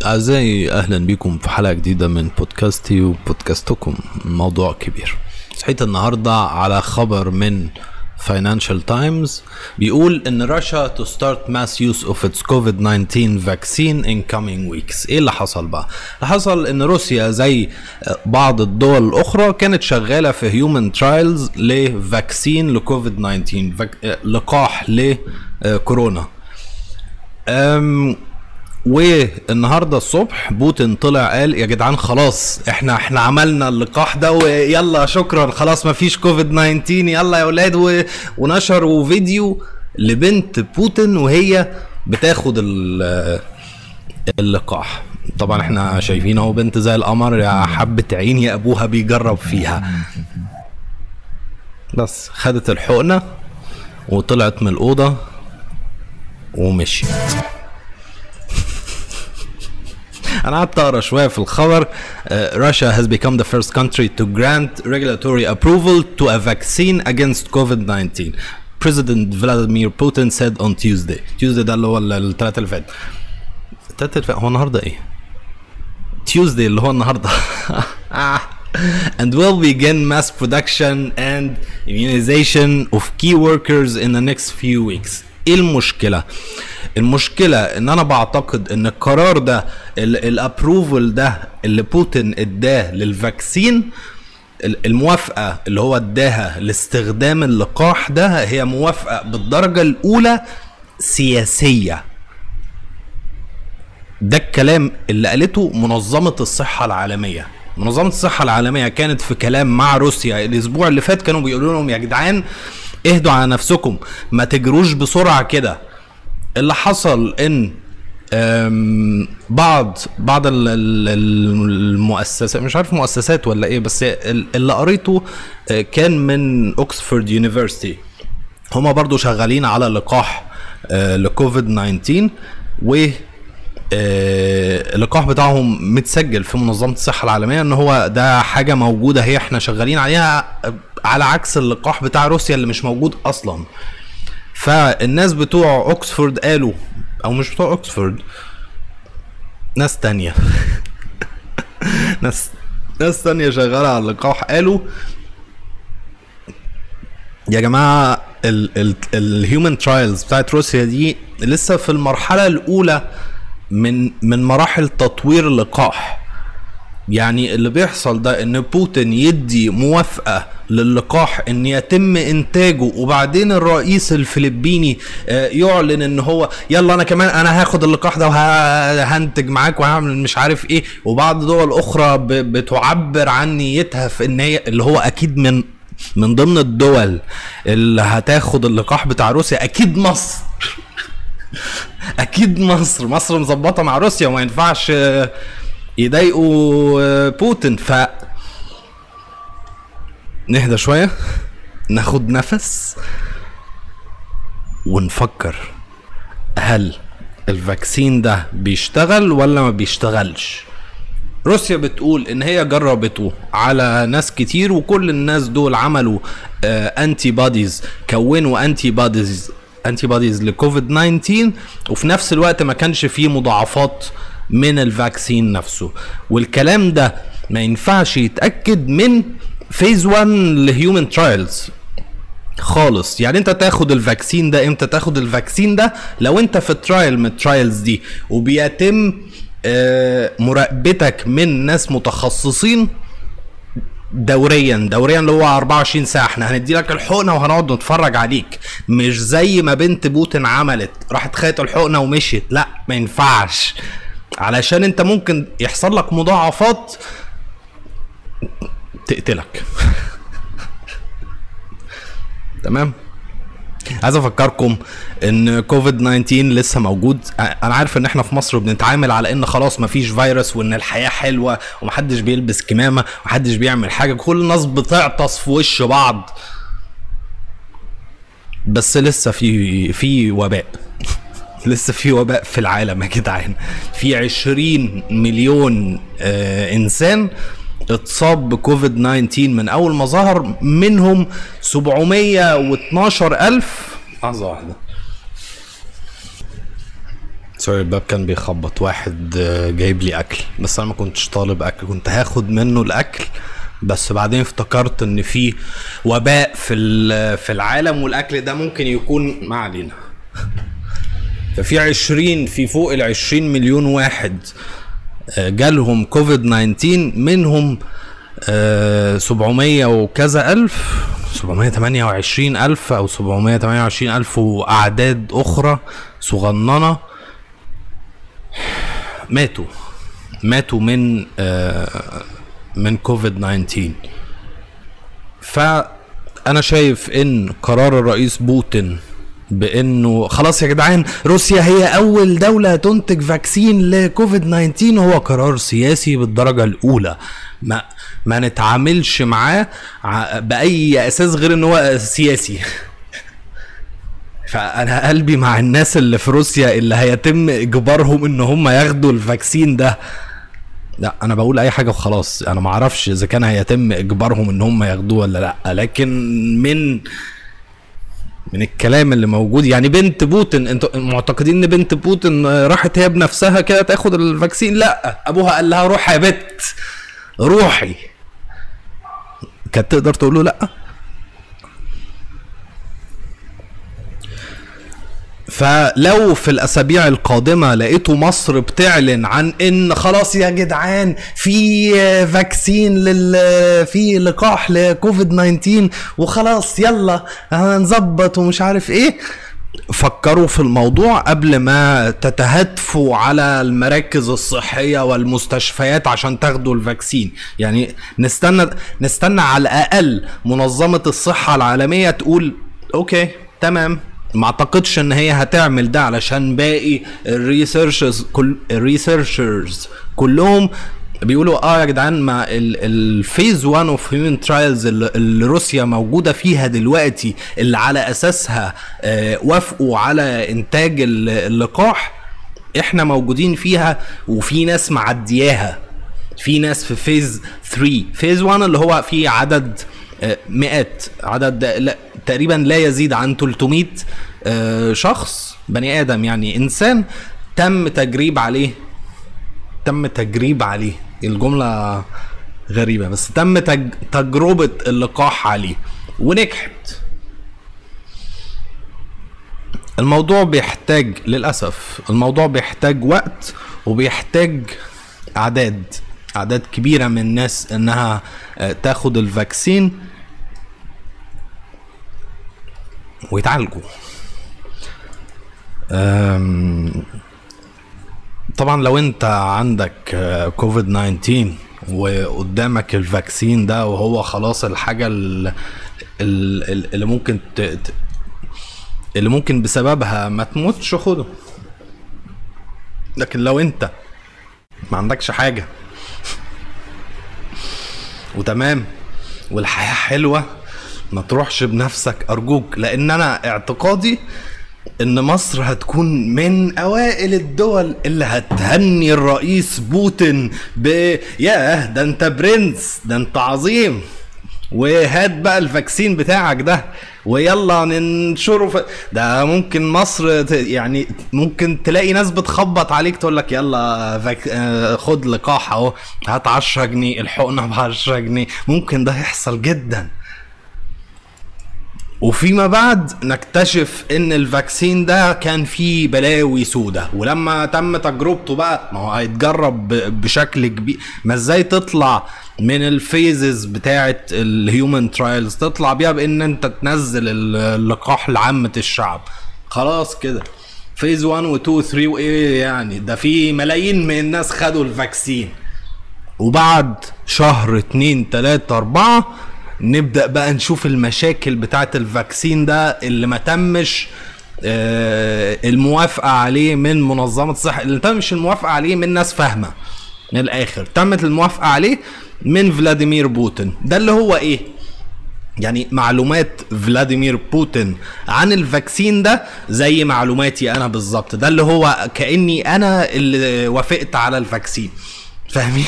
أعزائي أهلا بكم في حلقة جديدة من بودكاستي وبودكاستكم. موضوع كبير. صحيت النهاردة على خبر من Financial Times بيقول إن Russia to start mass use of its COVID-19 vaccine in coming weeks. إيه اللي حصل بقى؟ اللي حصل إن روسيا زي بعض الدول الأخرى كانت شغالة في human trials لفاكسين لكوفيد-19 لقاح لكورونا. والنهارده الصبح بوتين طلع قال يا جدعان خلاص احنا عملنا اللقاح ده ويلا شكرا خلاص مفيش كوفيد 19 يلا يا اولاد ونشروا فيديو لبنت بوتين وهي بتاخد اللقاح. طبعا احنا شايفين اهو بنت زي القمر يا حبة عين يا ابوها بيجرب فيها. بس خدت الحقنة وطلعت من الأوضة ومشيت. أنا قعدت أقرأ شوية في الخبر. Russia has become the first country to grant regulatory approval to a vaccine against COVID-19. President Vladimir Putin said on Tuesday. Tuesday ده اللي هو الثلاثة اللي فات. هو النهاردة إيه؟ Tuesday اللي هو النهاردة. And will begin mass production and immunization of key workers in the next few weeks. ايه المشكلة ان انا بعتقد ان القرار ده الابروفل ده اللي بوتين اداه للفاكسين، الموافقة اللي هو اداها لاستخدام اللقاح ده هي موافقة بالدرجة الاولى سياسية. ده الكلام اللي قالته منظمة الصحة العالمية. منظمة الصحة العالمية كانت في كلام مع روسيا الاسبوع اللي فات، كانوا بيقولوا لهم يا جدعان اهدوا على نفسكم ما تجروش بسرعة كده. اللي حصل ان بعض المؤسسات، مش عارف مؤسسات ولا ايه، بس اللي قريته كان من اوكسفورد يونيفرسيتي، هما برضو شغالين على لقاح لكوفيد 19 و اللقاح بتاعهم متسجل في منظمة الصحة العالمية ان هو ده حاجة موجودة هي احنا شغالين عليها، على عكس اللقاح بتاع روسيا اللي مش موجود اصلا. فالناس بتوع اوكسفورد قالوا، او مش بتوع اوكسفورد، ناس تانية ناس تانية شغالة على اللقاح، قالوا يا جماعة الهيومن ترايلز بتاعت روسيا دي لسه في المرحلة الاولى من مراحل تطوير اللقاح. يعني اللي بيحصل ده ان بوتين يدي موافقة للقاح ان يتم انتاجه، وبعدين الرئيس الفلبيني يعلن ان هو يلا انا كمان انا هاخد اللقاح ده وهنتج معاك وهعمل مش عارف ايه، وبعض دول اخرى بتعبر عن نيتها في ان هي اللي هو اكيد من ضمن الدول اللي هتاخد اللقاح بتاع روسيا اكيد مصر. اكيد مصر مظبطه مع روسيا وما ينفعش يضايقوا بوتين. نهدى شوية، ناخد نفس ونفكر هل الفاكسين ده بيشتغل ولا ما بيشتغلش. روسيا بتقول ان هي جربته على ناس كتير وكل الناس دول عملوا انتي بوديز، كونوا انتي بوديز لكوفيد 19، وفي نفس الوقت ما كانش فيه مضاعفات من الفاكسين نفسه. والكلام ده ما ينفعش يتأكد من فيز 1 لهيومن ترايلز خالص. يعني انت تاخد الفاكسين ده امتى؟ تاخد الفاكسين ده لو انت في ترايل من الترايلز دي وبيتم مراقبتك من ناس متخصصين دوريا اللي هو 24 ساعة. احنا هندي لك الحقنة وهنقعد نتفرج عليك، مش زي ما بنت بوتين عملت راحت خدت الحقنة ومشيت. لا، ما ينفعش، علشان انت ممكن يحصل لك مضاعفات تقتلك. تمام. عايز افكركم ان كوفيد 19 لسه موجود. انا عارف ان احنا في مصر بنتعامل على ان خلاص مفيش فيروس وان الحياة حلوة ومحدش بيلبس كمامة ومحدش بيعمل حاجة، كل الناس بتعطس في وش بعض، بس لسه في وباء. لسه في وباء في العالم يا جدعان. في 20 مليون انسان اتصاب بكوفيد 19 من اول ما ظهر، منهم 712 ألف سوري الباب كان بيخبط. واحد جايب لي اكل، بس انا ما كنتش طالب اكل، كنت هاخد منه الاكل، بس بعدين افتكرت ان في وباء في العالم والاكل ده ممكن يكون ما علينا. ففي في فوق 20 مليون واحد جالهم كوفيد 19، منهم 700 وكذا الف، 728 الف او 728 الف واعداد اخرى صغننه ماتوا من كوفيد 19. فانا شايف ان قرار الرئيس بوتين بانه خلاص يا جدعان روسيا هي اول دولة تنتج فاكسين لكوفيد 19 هو قرار سياسي بالدرجة الاولى. ما نتعاملش معاه باي اساس غير انه هو سياسي. فانا قلبي مع الناس اللي في روسيا اللي هيتم اجبارهم ان هم ياخدوا الفاكسين ده. لا انا بقول اي حاجه وخلاص، انا ما اعرفش اذا كان هيتم اجبارهم ان هم ياخدوه ولا لا، لكن من الكلام اللي موجود يعني بنت بوتين، انتوا معتقدين ان بنت بوتين راحت هي بنفسها كده تاخد الفاكسين؟ لا، ابوها قال لها روح يا بت روحي. كانت تقدر تقول له لا؟ فلو في الاسابيع القادمه لقيتوا مصر بتعلن عن ان خلاص يا جدعان في فاكسين في لقاح لكوفيد 19 وخلاص يلا هنظبط ومش عارف ايه، فكروا في الموضوع قبل ما تتهدفوا على المراكز الصحيه والمستشفيات عشان تاخدوا الفاكسين. يعني نستنى على الاقل منظمه الصحه العالميه تقول اوكي تمام. ما اعتقدش ان هي هتعمل ده علشان باقي الريسيرشرز كلهم بيقولوا يا جدعان ما الفيز 1 اوف هيومن ترايلز اللي روسيا موجوده فيها دلوقتي اللي على اساسها وافقوا على انتاج اللقاح، احنا موجودين فيها وفي ناس معدياها. في ناس في فيز 3. فيز 1 اللي هو فيه عدد مئات، عدد تقريبا لا يزيد عن 300 شخص بني آدم، يعني إنسان تم تجريب عليه. الجملة غريبة بس تم تجربة اللقاح عليه ونجحت. الموضوع بيحتاج للأسف وقت وبيحتاج أعداد كبيرة من الناس إنها تاخد الفاكسين ويتعالجوا. طبعا لو انت عندك كوفيد 19 وقدامك الفاكسين ده وهو خلاص الحاجة اللي ممكن بسببها ما تموتش خده. لكن لو انت ما عندكش حاجة وتمام والحياة حلوة ما تروحش بنفسك أرجوك، لأن أنا اعتقادي إن مصر هتكون من أوائل الدول اللي هتهني الرئيس بوتين ياه ده أنت برنس، ده أنت عظيم، وهات بقى الفاكسين بتاعك ده ويلا ننشره ده ممكن مصر يعني ممكن تلاقي ناس بتخبط عليك تقول لك يلا خد لقاح اهو، هات 10 جنيه الحقنه ب10 جنيه. ممكن ده يحصل جدا، وفيما بعد نكتشف ان الفاكسين ده كان فيه بلاوي سودة، ولما تم تجربته بقى ما هو هيتجرب بشكل كبير. ما ازاي تطلع من الفيزز بتاعه الهيومن ترايلز تطلع بيها بان انت تنزل اللقاح لعامة الشعب؟ خلاص كده فيز 1 و 2 و 3 وايه يعني، ده في ملايين من الناس خدوا الفاكسين، وبعد شهر 2 3 4 نبدأ بقى نشوف المشاكل بتاعه الفاكسين ده اللي ما تمش الموافقة عليه من منظمة الصحة، اللي تمش الموافقة عليه من ناس فاهمة. من الاخر تمت الموافقة عليه من فلاديمير بوتين. ده اللي هو ايه يعني معلومات فلاديمير بوتين عن الفاكسين ده زي معلوماتي انا بالظبط. ده اللي هو كأني انا اللي وافقت على الفاكسين، فاهمين؟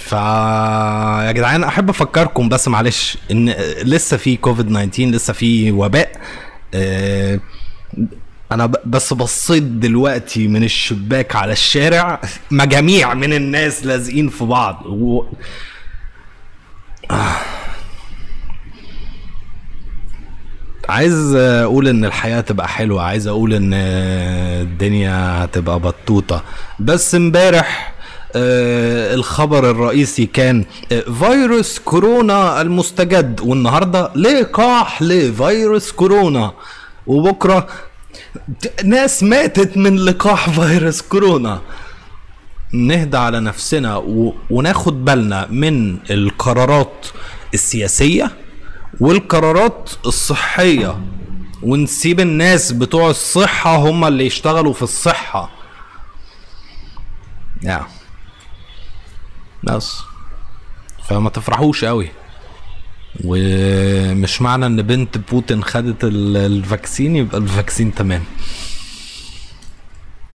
يا جدعان احب افكركم بس معلش ان لسه في كوفيد 19، لسه في وباء. انا بس بصيت دلوقتي من الشباك على الشارع، مجاميع من الناس لازقين في بعض عايز اقول ان الحياة تبقى حلوة، عايز اقول ان الدنيا هتبقى بطوطة، بس امبارح الخبر الرئيسي كان فيروس كورونا المستجد، والنهاردة لقاح لفيروس كورونا، وبكرة ناس ماتت من لقاح فيروس كورونا. نهدى على نفسنا وناخد بالنا من القرارات السياسية والقرارات الصحية، ونسيب الناس بتوع الصحة هم اللي يشتغلوا في الصحة. بس فما تفرحوش قوي، ومش معنى ان بنت بوتين خدت الفاكسين يبقى الفاكسين تمام.